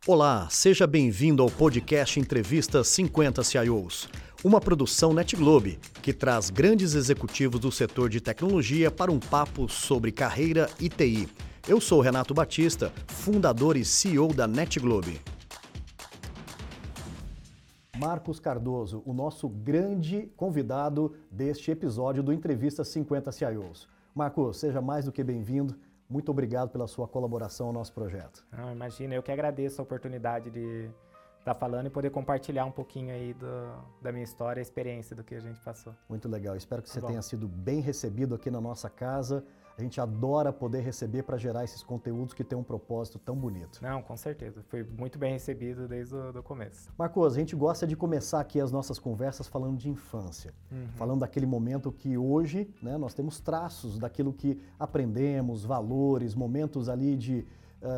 Olá, seja bem-vindo ao podcast Entrevista 50 CIOs, uma produção NetGlobe que traz grandes executivos do setor de tecnologia para um papo sobre carreira e TI. Eu sou Renato Batista, fundador e CEO da NetGlobe. Marcos Cardoso, o nosso grande convidado deste episódio do Entrevista 50 CIOs. Marcos, seja mais do que bem-vindo. Muito obrigado pela sua colaboração ao nosso projeto. Imagina, eu que agradeço a oportunidade de estar falando e poder compartilhar um pouquinho aí da minha história, a experiência do que a gente passou. Muito legal, espero que você tenha sido bem recebido aqui na nossa casa. A gente adora poder receber para gerar esses conteúdos que têm um propósito tão bonito. Não, com certeza, fui muito bem recebido desde o começo. Marcos, a gente gosta de começar aqui as nossas conversas falando de infância, falando daquele momento que hoje, né, nós temos traços daquilo que aprendemos, valores, momentos ali de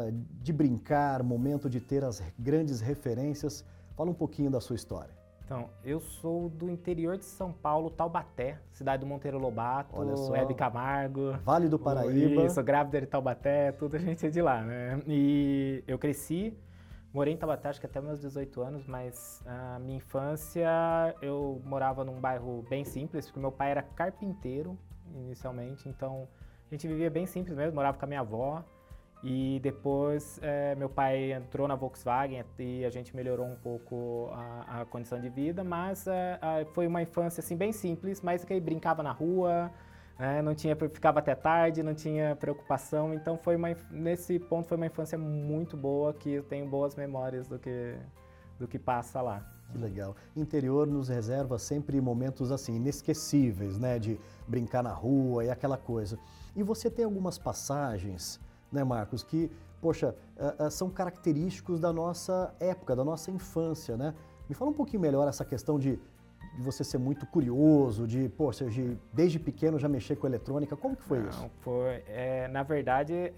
brincar, momento de ter as grandes referências. Fala um pouquinho da sua história. Então, eu sou do interior de São Paulo, Taubaté, cidade do Monteiro Lobato, Hebe Camargo. Vale do Paraíba. Isso, grávida de Taubaté, tudo a gente é de lá, né? E eu cresci, morei em Taubaté acho que até meus 18 anos, mas a minha infância eu morava num bairro bem simples, porque meu pai era carpinteiro inicialmente, então a gente vivia bem simples mesmo, morava com a minha avó. E depois meu pai entrou na Volkswagen e a gente melhorou um pouco a condição de vida, mas foi uma infância assim, bem simples, mas que brincava na rua, não tinha, ficava até tarde, não tinha preocupação, então nesse ponto foi uma infância muito boa, que eu tenho boas memórias do que passa lá. Que legal. Interior nos reserva sempre momentos assim, inesquecíveis, né, de brincar na rua e aquela coisa. E você tem algumas passagens, né, Marcos, que, poxa, são característicos da nossa época, da nossa infância, né? Me fala um pouquinho melhor essa questão de você ser muito curioso, poxa, desde pequeno já mexer com eletrônica, como que foi isso? Na verdade,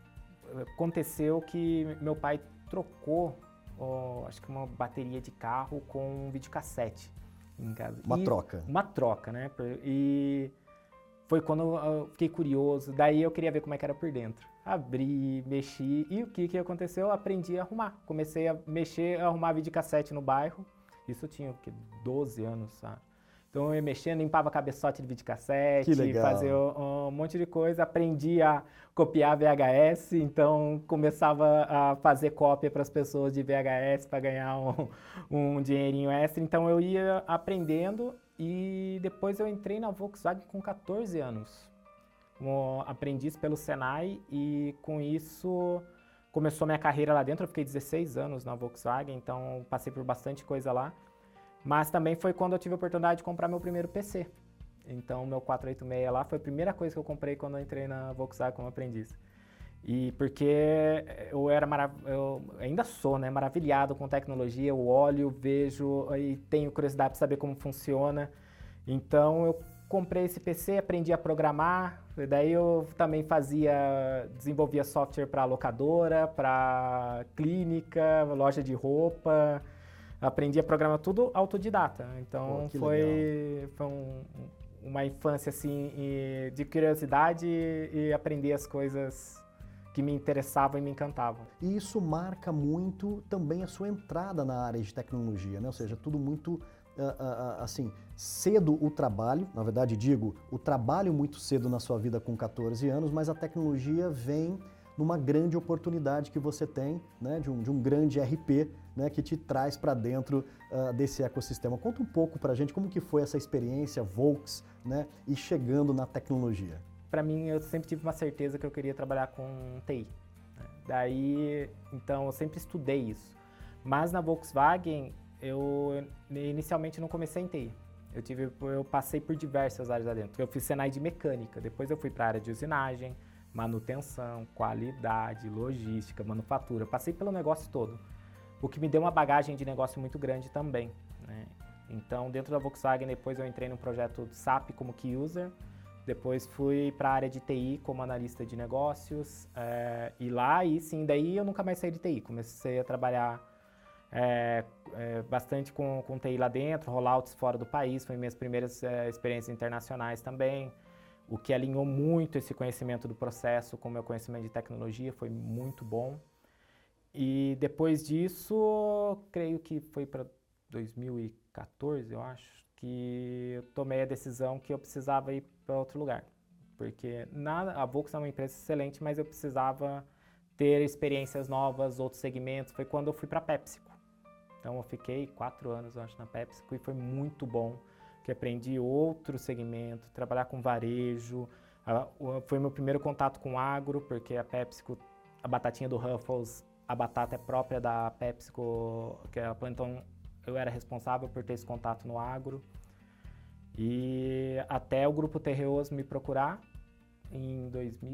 aconteceu que meu pai trocou, acho que uma bateria de carro com um videocassete em casa. Troca? Uma troca, né? E foi quando eu fiquei curioso, daí eu queria ver como é que era por dentro. Abri, mexi e o que aconteceu? Eu aprendi a arrumar. Comecei a mexer, a arrumar videocassete no bairro. Isso eu tinha 12 anos, sabe? Então eu ia mexendo, limpava cabeçote de videocassete, fazia um monte de coisa. Aprendi a copiar VHS, então começava a fazer cópia para as pessoas de VHS para ganhar um dinheirinho extra. Então eu ia aprendendo e depois eu entrei na Volkswagen com 14 anos. Como aprendiz pelo Senai e com isso começou minha carreira lá dentro. Eu fiquei 16 anos na Volkswagen, então passei por bastante coisa lá. Mas também foi quando eu tive a oportunidade de comprar meu primeiro PC. Então meu 486 lá foi a primeira coisa que eu comprei quando eu entrei na Volkswagen como aprendiz. E porque eu ainda sou, né, maravilhado com tecnologia, eu olho, vejo e tenho curiosidade para saber como funciona. Então eu comprei esse PC, aprendi a programar, daí eu também desenvolvia software para locadora, para clínica, loja de roupa, aprendi a programar tudo autodidata. Então foi uma infância assim de curiosidade e aprender as coisas que me interessavam e me encantavam. E isso marca muito também a sua entrada na área de tecnologia, né? Ou seja, tudo muito assim, cedo o trabalho, na verdade o trabalho muito cedo na sua vida com 14 anos, mas a tecnologia vem numa grande oportunidade que você tem, né, de um grande RP, né, que te traz para dentro desse ecossistema. Conta um pouco para a gente como que foi essa experiência Volks, né, e chegando na tecnologia. Para mim, eu sempre tive uma certeza que eu queria trabalhar com TI. Né? Daí, então, eu sempre estudei isso. Mas na Volkswagen, eu inicialmente não comecei em TI. Eu passei por diversas áreas lá dentro. Eu fiz Senai de mecânica, depois eu fui para a área de usinagem, manutenção, qualidade, logística, manufatura. Passei pelo negócio todo, o que me deu uma bagagem de negócio muito grande também. Né? Então, dentro da Volkswagen, depois eu entrei no projeto SAP como Key User, depois fui para a área de TI como analista de negócios, e lá, e sim, daí eu nunca mais saí de TI. Comecei a trabalhar bastante com TI lá dentro, rollouts fora do país, foi minhas primeiras experiências internacionais também, o que alinhou muito esse conhecimento do processo com o meu conhecimento de tecnologia, foi muito bom. E depois disso, creio que foi para 2014, eu acho, que eu tomei a decisão que eu precisava ir para outro lugar. Porque a Volks é uma empresa excelente, mas eu precisava ter experiências novas, outros segmentos. Foi quando eu fui para a PepsiCo. Então eu fiquei 4 anos, eu acho, na PepsiCo e foi muito bom, que aprendi outro segmento, trabalhar com varejo. Foi meu primeiro contato com agro, porque a PepsiCo, a batatinha do Ruffles, a batata é própria da PepsiCo, que é a planta, então eu era responsável por ter esse contato no agro. E até o Grupo Terreos me procurar em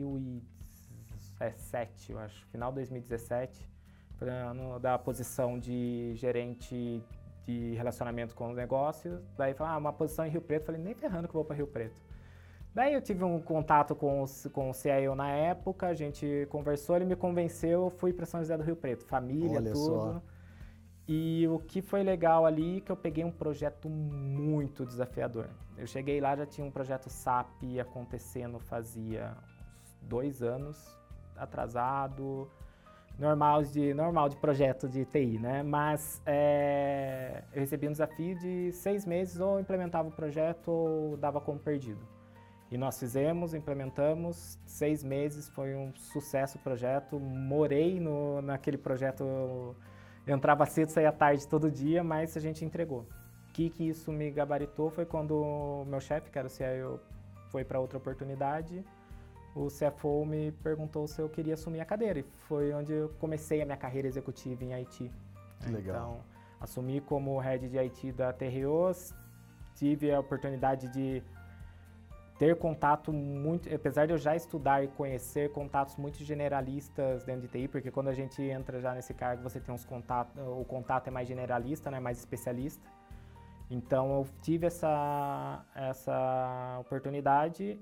2017, eu acho, final de 2017, da posição de gerente de relacionamento com os negócios. Daí falaram, uma posição em Rio Preto. Falei, nem ferrando que eu vou para Rio Preto. Daí eu tive um contato com o CIO na época, a gente conversou, ele me convenceu, eu fui para São José do Rio Preto, família, Olha tudo. só. E o que foi legal ali, que eu peguei um projeto muito desafiador. Eu cheguei lá, já tinha um projeto SAP acontecendo fazia uns 2 anos, atrasado, normal de projeto de TI, né? Mas eu recebi um desafio de 6 meses, ou implementava o projeto ou dava como perdido. E nós fizemos, implementamos, 6 meses, foi um sucesso o projeto, morei naquele projeto. Entrava cedo, saía tarde todo dia, mas a gente entregou. O que isso me gabaritou foi quando o meu chefe, que era o CIO, foi para outra oportunidade. O CFO me perguntou se eu queria assumir a cadeira. E foi onde eu comecei a minha carreira executiva em IT. Que legal. Então, assumi como head de IT da Terreos. Tive a oportunidade de ter contato muito, apesar de eu já estudar e conhecer contatos muito generalistas dentro de TI, porque quando a gente entra já nesse cargo, você tem uns contatos, o contato é mais generalista, né, mais especialista. Então eu tive essa oportunidade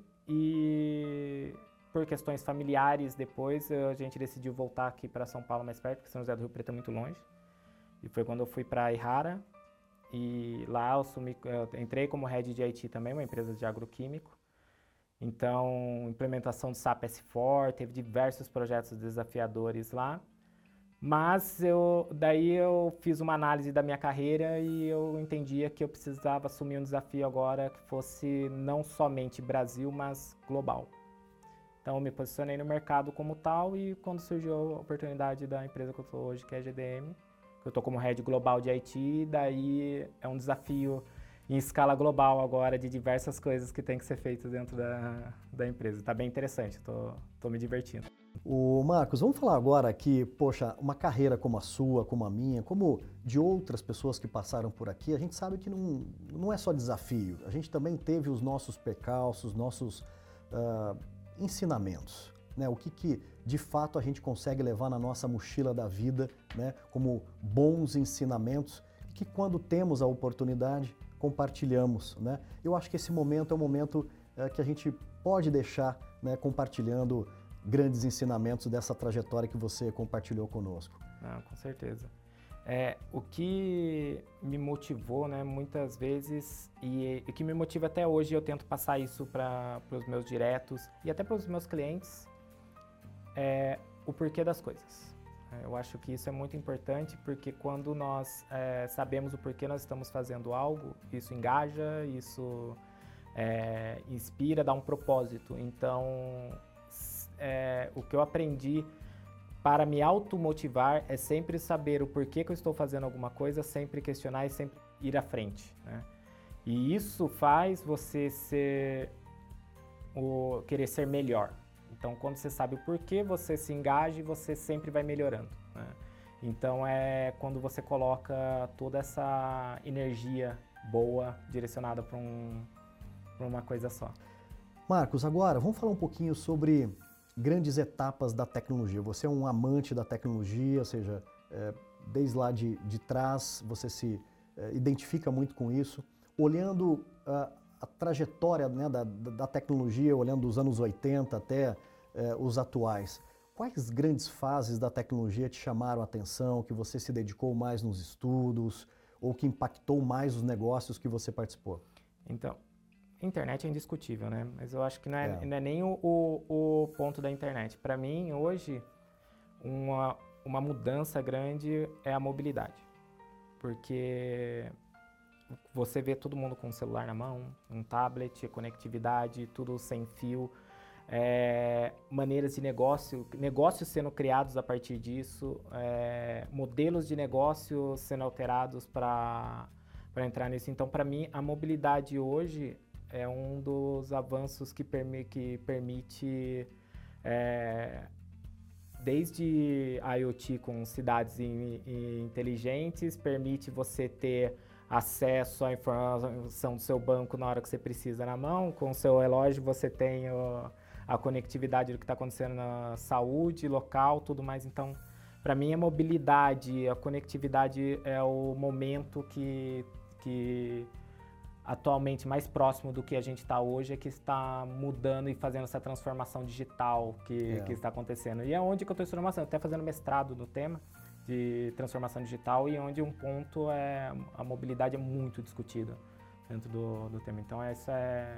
e por questões familiares depois a gente decidiu voltar aqui para São Paulo mais perto, porque São José do Rio Preto é muito longe. E foi quando eu fui para a Ihara e lá eu entrei como head de IT também, uma empresa de agroquímico. Então, implementação de SAP S4, teve diversos projetos desafiadores lá. Mas daí eu fiz uma análise da minha carreira e eu entendia que eu precisava assumir um desafio agora que fosse não somente Brasil, mas global. Então, eu me posicionei no mercado como tal e quando surgiu a oportunidade da empresa que eu estou hoje, que é a GDM, que eu estou como head global de IT, daí é um desafio em escala global agora de diversas coisas que tem que ser feitas dentro da empresa. Está bem interessante, tô me divertindo. O Marcos, vamos falar agora que, poxa, uma carreira como a sua, como a minha, como de outras pessoas que passaram por aqui, a gente sabe que não é só desafio, a gente também teve os nossos percalços, nossos ensinamentos, né? O que de fato a gente consegue levar na nossa mochila da vida, né? Como bons ensinamentos, que quando temos a oportunidade, compartilhamos, né? Eu acho que esse momento é um momento que a gente pode deixar, né, compartilhando grandes ensinamentos dessa trajetória que você compartilhou conosco. Não, com certeza. O que me motivou, né, muitas vezes, e o que me motiva até hoje, eu tento passar isso para os meus diretos e até para os meus clientes, é o porquê das coisas. Eu acho que isso é muito importante porque quando nós sabemos o porquê nós estamos fazendo algo, isso engaja, isso inspira, dá um propósito. Então, o que eu aprendi para me automotivar é sempre saber o porquê que eu estou fazendo alguma coisa, sempre questionar e sempre ir à frente, né? E isso faz você querer ser melhor. Então, quando você sabe o porquê, você se engaja e você sempre vai melhorando, né? Então, é quando você coloca toda essa energia boa direcionada para uma coisa só. Marcos, agora vamos falar um pouquinho sobre grandes etapas da tecnologia. Você é um amante da tecnologia, ou seja, desde lá de trás você se identifica muito com isso. Olhando a trajetória, né, da tecnologia, olhando dos anos 80 até os atuais, quais grandes fases da tecnologia te chamaram a atenção, que você se dedicou mais nos estudos, ou que impactou mais os negócios que você participou? Então, a internet é indiscutível, né? Mas eu acho que não é nem o ponto da internet. Para mim, hoje, uma mudança grande é a mobilidade, porque você vê todo mundo com um celular na mão, um tablet, conectividade, tudo sem fio, maneiras de negócios sendo criados a partir disso, modelos de negócio sendo alterados para entrar nisso. Então, para mim, a mobilidade hoje é um dos avanços que permite, desde IoT com cidades inteligentes, permite você ter acesso à informação do seu banco na hora que você precisa na mão. Com o seu relógio você tem a conectividade do que está acontecendo na saúde local, tudo mais. Então, para mim, a mobilidade, a conectividade é o momento que atualmente mais próximo do que a gente está hoje, é que está mudando e fazendo essa transformação digital que está acontecendo. E é onde que eu estou estudando, até fazendo mestrado no tema de transformação digital, e onde um ponto a mobilidade é muito discutida dentro do tema. Então, essa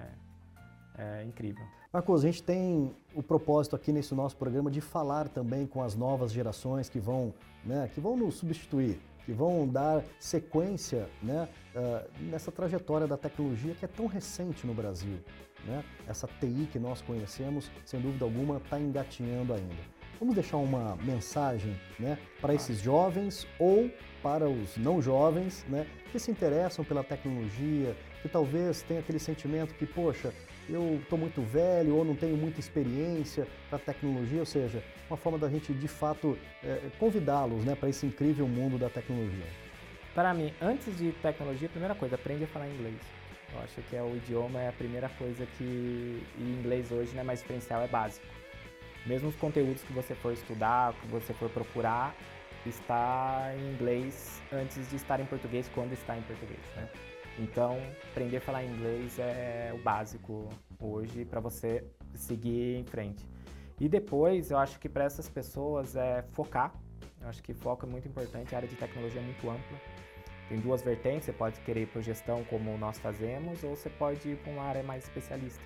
é incrível. Marcos, a gente tem o propósito aqui nesse nosso programa de falar também com as novas gerações que vão nos substituir, que vão dar sequência, nessa trajetória da tecnologia que é tão recente no Brasil, né? Essa TI que nós conhecemos, sem dúvida alguma, está engatinhando ainda. Vamos deixar uma mensagem, para esses jovens ou para os não jovens, que se interessam pela tecnologia, que talvez tenham aquele sentimento que, poxa, eu estou muito velho ou não tenho muita experiência para a tecnologia, ou seja, uma forma da gente, de fato, convidá-los para esse incrível mundo da tecnologia. Para mim, antes de tecnologia, a primeira coisa, aprende a falar inglês. Eu acho que o idioma é a primeira coisa e inglês hoje não é mais diferencial, é básico. Mesmo os conteúdos que você for estudar, que você for procurar, está em inglês antes de estar em português, quando está em português, né? Então, aprender a falar inglês é o básico hoje para você seguir em frente. E depois, eu acho que para essas pessoas focar. Eu acho que foco é muito importante, a área de tecnologia é muito ampla. Tem duas vertentes, você pode querer ir para gestão como nós fazemos, ou você pode ir para uma área mais especialista.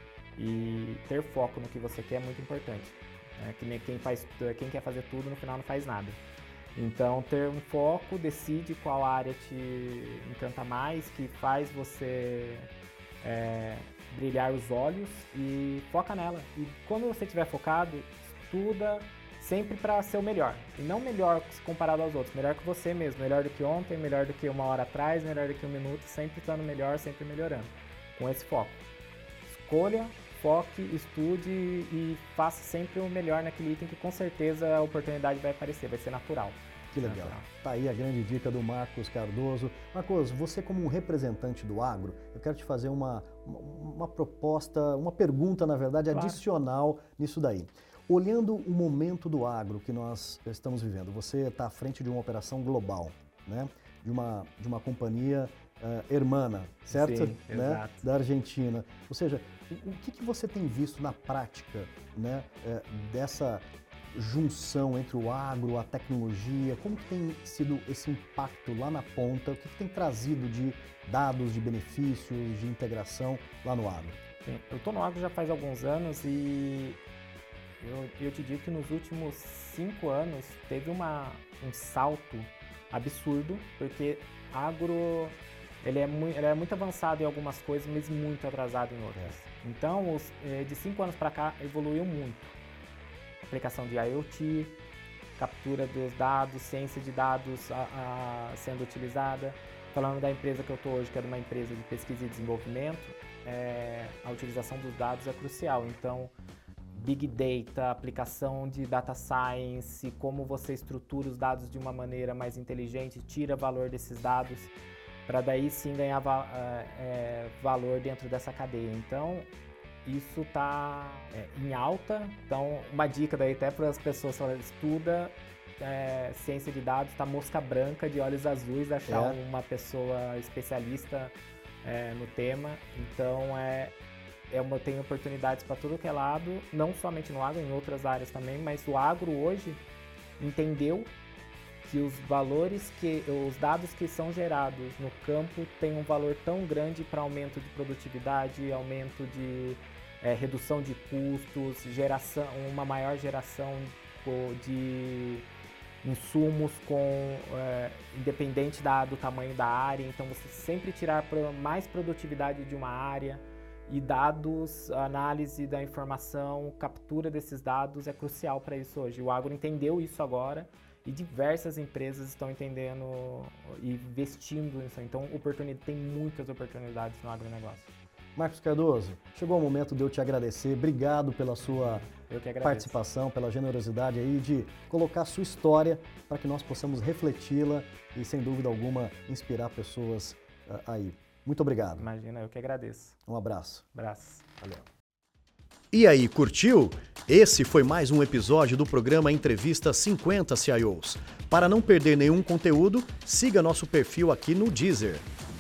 E ter foco no que você quer é muito importante. Que nem quem quer fazer tudo, no final não faz nada. Então, ter um foco, decide qual área te encanta mais, que faz você brilhar os olhos, e foca nela. E quando você estiver focado, estuda sempre para ser o melhor. E não melhor comparado aos outros, melhor que você mesmo. Melhor do que ontem, melhor do que uma hora atrás, melhor do que um minuto, sempre estando melhor, sempre melhorando. Com esse foco. Escolha, foque, estude e faça sempre o melhor naquele item, que com certeza a oportunidade vai aparecer, vai ser natural. Que legal. Tá aí a grande dica do Marcos Cardoso. Marcos, você como um representante do agro, eu quero te fazer uma proposta, uma pergunta, na verdade, adicional nisso daí. Olhando o momento do agro que nós estamos vivendo, você está à frente de uma operação global, de uma companhia hermana, certo? Sim, exato. Da Argentina. Ou seja, o que você tem visto na prática, dessa junção entre o agro, a tecnologia? Como que tem sido esse impacto lá na ponta? O que tem trazido de dados, de benefícios, de integração lá no agro? Sim, eu estou no agro já faz alguns anos e eu te digo que nos últimos 5 anos teve um salto absurdo, porque agro ele é muito avançado em algumas coisas, mas muito atrasado em outras. Então, de 5 anos para cá, evoluiu muito. Aplicação de IoT, captura dos dados, ciência de dados sendo utilizada. Falando da empresa que eu estou hoje, que é uma empresa de pesquisa e desenvolvimento, a utilização dos dados é crucial. Então, Big Data, aplicação de Data Science, como você estrutura os dados de uma maneira mais inteligente, tira valor desses dados, para daí sim ganhar valor dentro dessa cadeia. Então, isso está em alta. Então, uma dica daí até para as pessoas que estuda ciência de dados, está mosca branca de olhos azuis, achar uma pessoa especialista no tema. Então, tem oportunidades para tudo que é lado, não somente no agro, em outras áreas também, mas o agro hoje entendeu que os dados que são gerados no campo têm um valor tão grande para aumento de produtividade, aumento de redução de custos, uma maior geração de insumos independente do tamanho da área, então você sempre tirar mais produtividade de uma área, e dados, análise da informação, captura desses dados é crucial para isso hoje. O agro entendeu isso agora e diversas empresas estão entendendo e investindo nisso. Então tem muitas oportunidades no agronegócio. Marcos Cardoso, chegou o momento de eu te agradecer. Obrigado pela sua participação, pela generosidade aí de colocar a sua história para que nós possamos refleti-la e, sem dúvida alguma, inspirar pessoas aí. Muito obrigado. Imagina, eu que agradeço. Um abraço. Abraço. Valeu. E aí, curtiu? Esse foi mais um episódio do programa Entrevista 50 CIOs. Para não perder nenhum conteúdo, siga nosso perfil aqui no Deezer.